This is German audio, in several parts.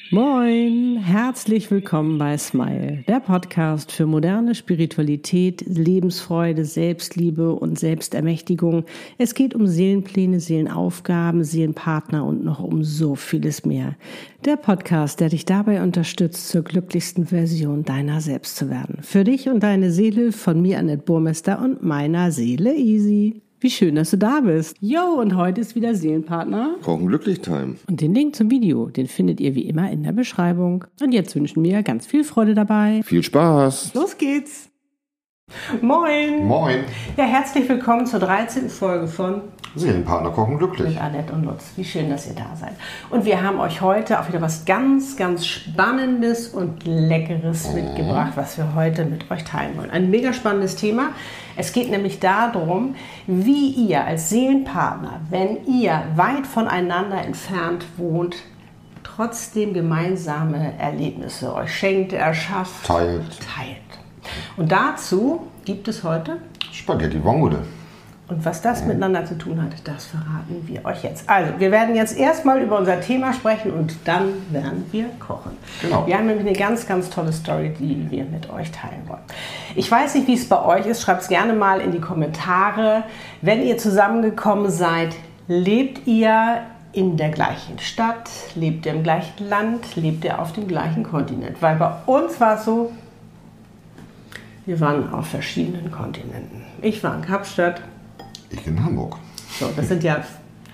Moin, herzlich willkommen bei Smile, der Podcast für moderne Spiritualität, Lebensfreude, Selbstliebe und Selbstermächtigung. Es geht um Seelenpläne, Seelenaufgaben, Seelenpartner und noch um so vieles mehr. Der Podcast, der dich dabei unterstützt, zur glücklichsten Version deiner selbst zu werden. Für dich und deine Seele von mir, Annette Burmester, und meiner Seele Easy. Wie schön, dass du da bist. Jo, und heute ist wieder Seelenpartner Kochen glücklich Time. Und den Link zum Video, den findet ihr wie immer in der Beschreibung. Und jetzt wünschen wir ganz viel Freude dabei. Viel Spaß. Los geht's. Moin. Moin. Ja, herzlich willkommen zur 13. Folge von Seelenpartner kochen glücklich. mit Annette und Lutz. Wie schön, dass ihr da seid. Und wir haben euch heute auch wieder was ganz, ganz Spannendes und Leckeres mitgebracht, was wir heute mit euch teilen wollen. Ein mega spannendes Thema. Es geht nämlich darum, wie ihr als Seelenpartner, wenn ihr weit voneinander entfernt wohnt, trotzdem gemeinsame Erlebnisse euch schenkt, erschafft, Teilt. Und dazu gibt es heute, Spaghetti Vongole. und was das miteinander zu tun hat, das verraten wir euch jetzt. Also, wir werden jetzt erstmal über unser Thema sprechen und dann werden wir kochen. Genau. Wir haben nämlich eine ganz, ganz tolle Story, die wir mit euch teilen wollen. Ich weiß nicht, wie es bei euch ist. Schreibt es gerne mal in die Kommentare. Wenn ihr zusammengekommen seid, lebt ihr in der gleichen Stadt? Lebt ihr im gleichen Land? Lebt ihr auf dem gleichen Kontinent? Weil bei uns war es so, wir waren auf verschiedenen Kontinenten. Ich war in Kapstadt. Ich in Hamburg. So, das sind ja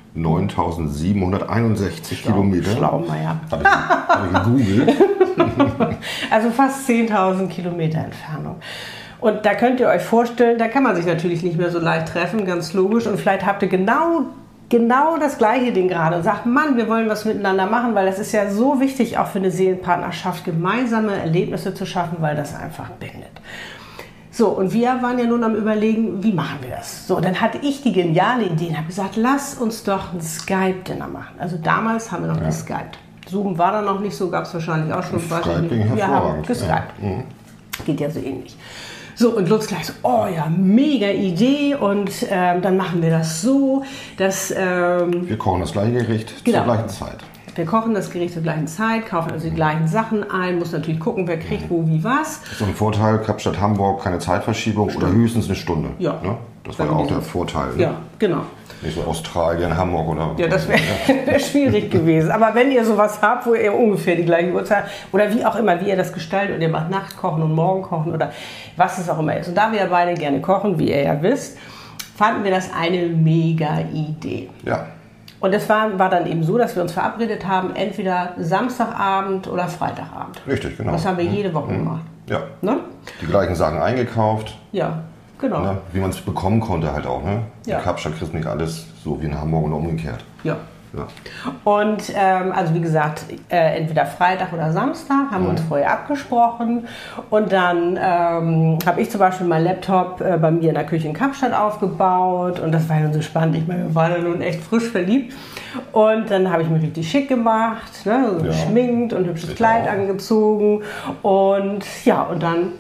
9.761 Kilometer. Schlaumeier. Hab ich gegoogelt. Also fast 10.000 Kilometer Entfernung. Und da könnt ihr euch vorstellen, da kann man sich natürlich nicht mehr so leicht treffen, ganz logisch. Und vielleicht habt ihr genau das gleiche Ding gerade und sagt, Mann, wir wollen was miteinander machen, weil das ist ja so wichtig, auch für eine Seelenpartnerschaft, gemeinsame Erlebnisse zu schaffen, weil das einfach bindet. So, und wir waren ja nun am Überlegen, wie machen wir das? So, dann hatte ich die geniale Idee und habe gesagt, lass uns doch ein Skype-Dinner machen. Also damals haben wir noch geskypt. Zoom war da noch nicht so, gab es wahrscheinlich auch schon. Skype ging wir haben hervorragend. geskypt. Ja. Geht ja so ähnlich. So, und Lutz gleich so, oh ja, mega Idee, und dann machen wir das so, dass Wir kochen das gleiche Gericht zur gleichen Zeit. wir kochen das Gericht zur gleichen Zeit, kaufen also die gleichen Sachen ein, muss natürlich gucken, wer kriegt wo, wie, was. So ein Vorteil, Kapstadt, Hamburg, keine Zeitverschiebung oder höchstens eine Stunde. Ja. Ne? Das war ja auch der Vorteil. Ne? Ja, genau. Nicht so Australien, Hamburg oder... Ja, das wäre schwierig gewesen. Aber wenn ihr sowas habt, wo ihr ungefähr die gleiche Uhrzeit oder wie auch immer, wie ihr das gestaltet, und ihr macht Nachtkochen und Morgenkochen oder was es auch immer ist. Und da wir ja beide gerne kochen, wie ihr ja wisst, fanden wir das eine mega Idee. Ja. Und es war dann eben so, dass wir uns verabredet haben, entweder Samstagabend oder Freitagabend. Richtig, genau. Das haben wir jede Woche gemacht. Ja. Ne? Die gleichen Sachen eingekauft. Ja, genau. Ne? Wie man es bekommen konnte halt auch. Ne? Ja. In Kapstadt kriegst du nicht alles so wie in Hamburg oder umgekehrt. Ja. Ja. Und also wie gesagt, entweder Freitag oder Samstag haben wir uns vorher abgesprochen, und dann habe ich zum Beispiel meinen Laptop bei mir in der Küche in Kapstadt aufgebaut, und das war dann so spannend. Ich meine, wir waren ja nun echt frisch verliebt, und dann habe ich mich richtig schick gemacht, ne, so geschminkt und hübsches Kleid angezogen, und ja, und dann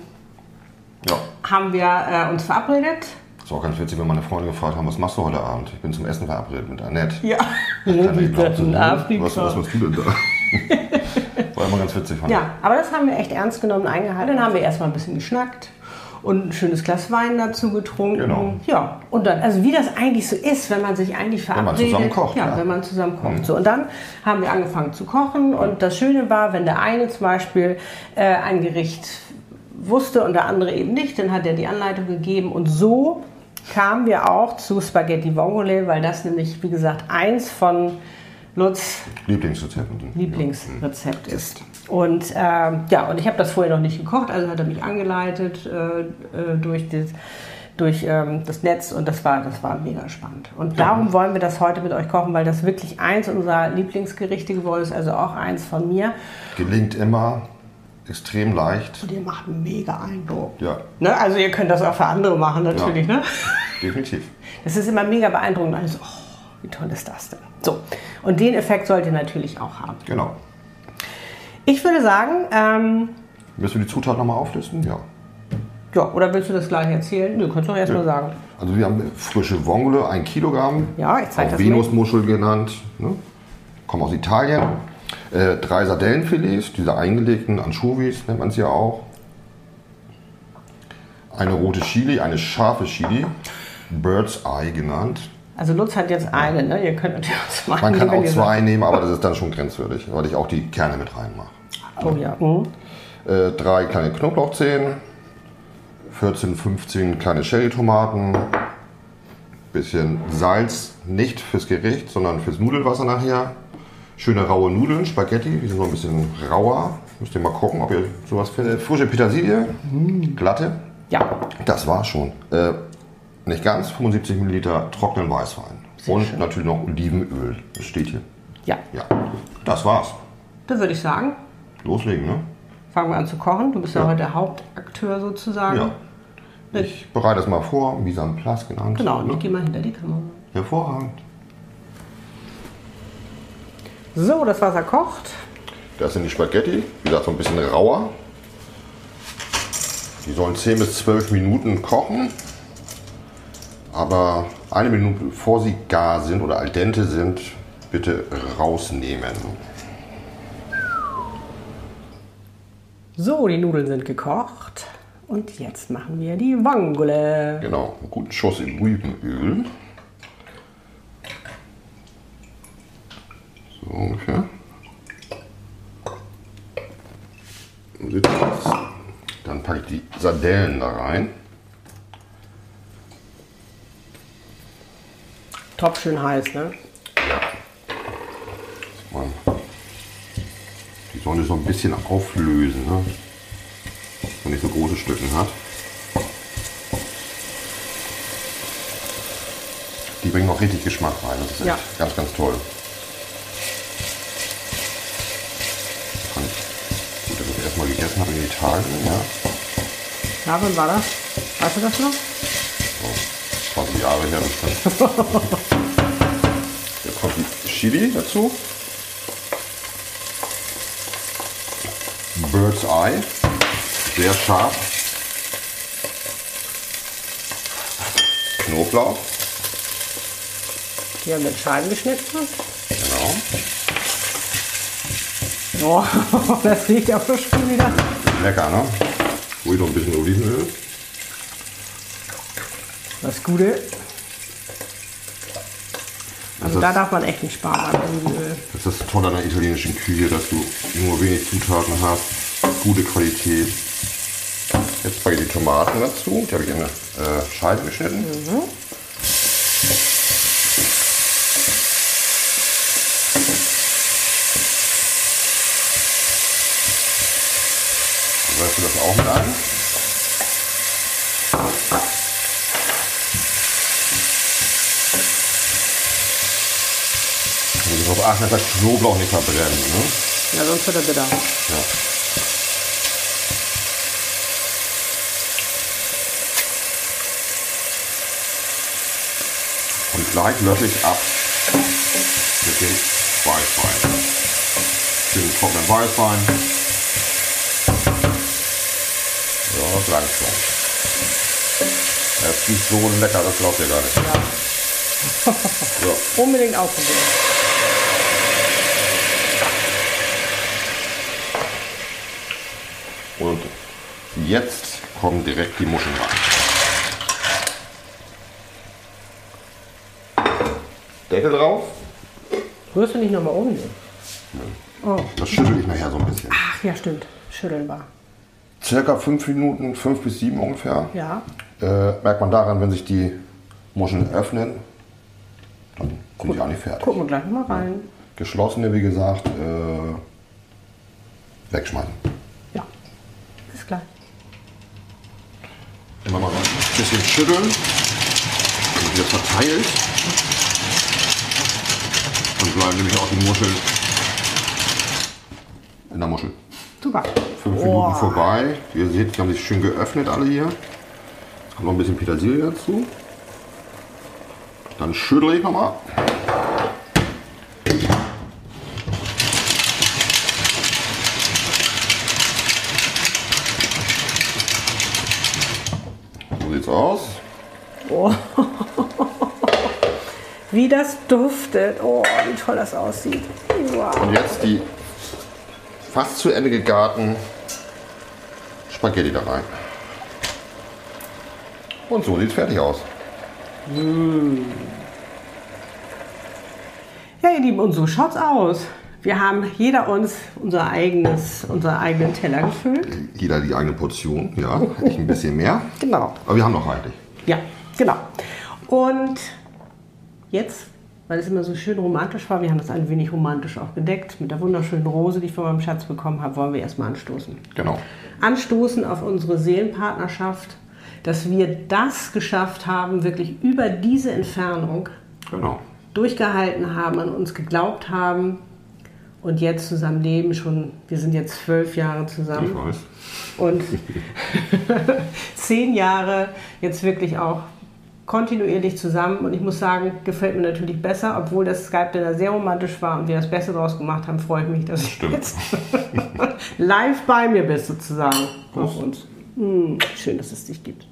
haben wir uns verabredet. Das war auch ganz witzig, wenn meine Freunde gefragt haben, was machst du heute Abend? Ich bin zum Essen verabredet mit Annette. Ja, was machst du denn da? War immer ganz witzig. Fand ich. Ja, aber das haben wir echt ernst genommen und eingehalten. Dann haben wir erstmal ein bisschen geschnackt und ein schönes Glas Wein dazu getrunken. Genau. Ja, und dann, also wie das eigentlich so ist, wenn man sich eigentlich verabredet. Wenn man zusammen kocht. Ja, wenn man zusammen kocht. So, und dann haben wir angefangen zu kochen, und das Schöne war, wenn der eine zum Beispiel ein Gericht wusste und der andere eben nicht, dann hat er die Anleitung gegeben, und so kamen wir auch zu Spaghetti Vongole, weil das nämlich, wie gesagt, eins von Lutz' Lieblingsrezept ist. Und und ich habe das vorher noch nicht gekocht, also hat er mich angeleitet durch das Netz, und das war mega spannend. Und darum wollen wir das heute mit euch kochen, weil das wirklich eins unserer Lieblingsgerichte geworden ist, also auch eins von mir. Gelingt immer. Extrem leicht. Und ihr macht einen mega Eindruck. Ja. Ne? Also ihr könnt das auch für andere machen natürlich. Ja. Ne? Definitiv. Das ist immer mega beeindruckend. Also, wie toll ist das denn? So, und den Effekt sollt ihr natürlich auch haben. Genau. Ich würde sagen... Willst du die Zutaten nochmal auflisten? Ja. Ja, oder willst du das gleich erzählen? Du kannst doch erst mal sagen. Also wir haben frische Vongole, 1 Kilogramm. Ja, ich zeige das Venusmuschel genannt. Ne? Kommen aus Italien. 3 Sardellenfilets, diese eingelegten Anchovies nennt man sie ja auch. Eine rote Chili, eine scharfe Chili, Bird's Eye genannt. Also Lutz hat jetzt eine, ne? Ihr könnt natürlich auch zwei Man kann auch 2 nehmen, aber das ist dann schon grenzwertig, weil ich auch die Kerne mit reinmache. Oh ja. 3 kleine Knoblauchzehen, 14, 15 kleine Cherrytomaten, bisschen Salz, nicht fürs Gericht, sondern fürs Nudelwasser nachher. Schöne raue Nudeln, Spaghetti, die sind noch ein bisschen rauer. Müsst ihr mal gucken, ob ihr sowas findet. Frische Petersilie, glatte. Ja. Das war's schon. Nicht ganz, 75 Milliliter trockenen Weißwein. Sehr und schön. natürlich noch Olivenöl. Das steht hier. Ja. Ja, das war's. Dann würde ich sagen, Loslegen, ne? fangen wir an zu kochen. Du bist ja, heute der Hauptakteur sozusagen. Ja. Ich bereite es mal vor, Mise en place genannt. Genau, und ne? ich gehe mal hinter die Kamera. Hervorragend. So, das Wasser kocht. Das sind die Spaghetti, wie gesagt, so ein bisschen rauer. Die sollen 10 bis 12 Minuten kochen. Aber 1 Minute bevor sie gar sind oder al dente sind, bitte rausnehmen. So, die Nudeln sind gekocht. Und jetzt machen wir die Vongole. Genau, einen guten Schuss im Olivenöl. So ungefähr. Dann packe ich die Sardellen da rein. Topf schön heiß, ne? Die sollen so ein bisschen auflösen, ne? Dass man nicht so große Stücken hat. Die bringen auch richtig Geschmack rein. Das ist echt ganz, ganz toll. Gut, dass ich das erstmal gegessen habe in Italien. Ja. Ja, wann war das? Weißt du das noch? So, 20 Jahre her bestimmt. Jetzt kommt die Chili dazu. Bird's Eye. Sehr scharf. Knoblauch. Hier mit Scheiben geschnitten. Genau. Oh, das riecht ja frisch schon wieder. Lecker, ne? Ruhig noch ein bisschen Olivenöl. Das Gute. Also da darf man echt nicht sparen beim Olivenöl. Das ist das Tolle an der italienischen Küche, dass du nur wenig Zutaten hast, gute Qualität. Jetzt packe ich die Tomaten dazu. Die habe ich in Scheiben geschnitten. Dann rührst du das auch mit ein. Und darauf achten, dass der Knoblauch nicht verbrennt. Ne? Ja, sonst wird er bitter. Ja. Und gleich löffel ich ab mit dem Weißwein. Schönen trockenen Weißwein. Ja, das langt schon. Es riecht so lecker, das glaubt ihr gar nicht. Ja. So. Unbedingt ausprobieren. Und jetzt kommen direkt die Muscheln rein. Deckel drauf. Rührst du nicht nochmal um? Oh. Das schüttel ich nachher so ein bisschen. Ach ja, stimmt. Schütteln war. Circa 5 Minuten, 5 bis 7 ungefähr. Ja. Merkt man daran, wenn sich die Muscheln öffnen, dann sind die eigentlich fertig. Gucken wir gleich mal rein. Geschlossene, wie gesagt, wegschmeißen. Ja. Bis gleich. Immer mal ein bisschen schütteln, damit wieder verteilt. Dann bleiben nämlich auch die Muscheln in der Muschel. Super. 5 Minuten vorbei. Wie ihr seht, die haben sich schön geöffnet alle hier. Jetzt kommt noch ein bisschen Petersilie dazu. Dann schüttle ich nochmal. So sieht's aus. Oh. Wie das duftet. Oh, wie toll das aussieht. Wow. Und jetzt die fast zu Ende gegarten Spaghetti da rein. Und so sieht es fertig aus. Ja, ihr Lieben, und so schaut's aus. Wir haben jeder uns unseren eigenen Teller gefüllt. Jeder die eigene Portion, ja. Ich ein bisschen mehr. Genau. Aber wir haben noch reichlich. Ja, genau. Und jetzt, weil es immer so schön romantisch war, wir haben das ein wenig romantisch auch gedeckt, mit der wunderschönen Rose, die ich von meinem Schatz bekommen habe, wollen wir erstmal anstoßen. Genau. Anstoßen auf unsere Seelenpartnerschaft, dass wir das geschafft haben, wirklich über diese Entfernung Genau. durchgehalten haben, an uns geglaubt haben und jetzt zusammen leben schon, wir sind jetzt 12 Jahre zusammen. Ich weiß. Und 10 Jahre jetzt wirklich auch kontinuierlich zusammen. Und ich muss sagen, gefällt mir natürlich besser, obwohl das Skype-Dinner sehr romantisch war und wir das Beste draus gemacht haben, freue ich mich, dass ich jetzt live bei mir bist sozusagen. Auf uns. Schön, dass es dich gibt.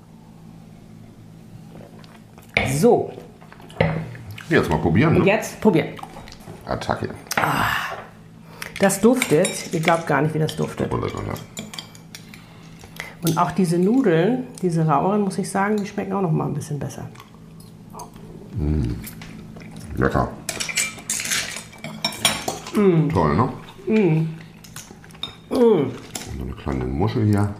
So, Jetzt mal probieren. und Ne? jetzt probieren. Attacke. Das duftet, ihr glaubt gar nicht, wie das duftet. Wunderbar. Und auch diese Nudeln, diese raueren, muss ich sagen, die schmecken auch noch mal ein bisschen besser. Lecker. Toll, ne? Und so eine kleine Muschel hier.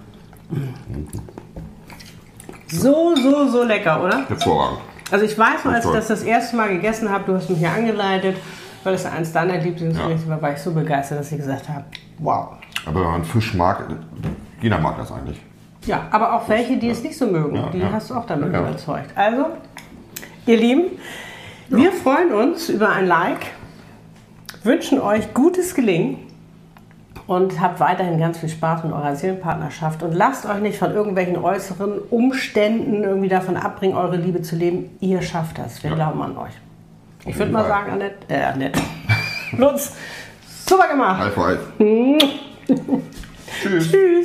So lecker, oder? Hervorragend. Also ich weiß noch, als ich Toll. das Erste Mal gegessen habe, du hast mich hier angeleitet, weil es eins deiner Lieblingsgerichte war, war ich so begeistert, dass ich gesagt habe, wow. Aber wenn man Fisch mag, jeder mag das eigentlich. Ja, aber auch welche, die es nicht so mögen, Ja, die ja. hast du auch damit Ja. überzeugt. Also, ihr Lieben, wir freuen uns über ein Like, wünschen euch gutes Gelingen und habt weiterhin ganz viel Spaß mit eurer Seelenpartnerschaft und lasst euch nicht von irgendwelchen äußeren Umständen irgendwie davon abbringen, eure Liebe zu leben. Ihr schafft das, wir glauben an euch. Ich würde jeden mal Fall. sagen, Annette. Lutz, super gemacht. High five. Tschüss. Tschüss.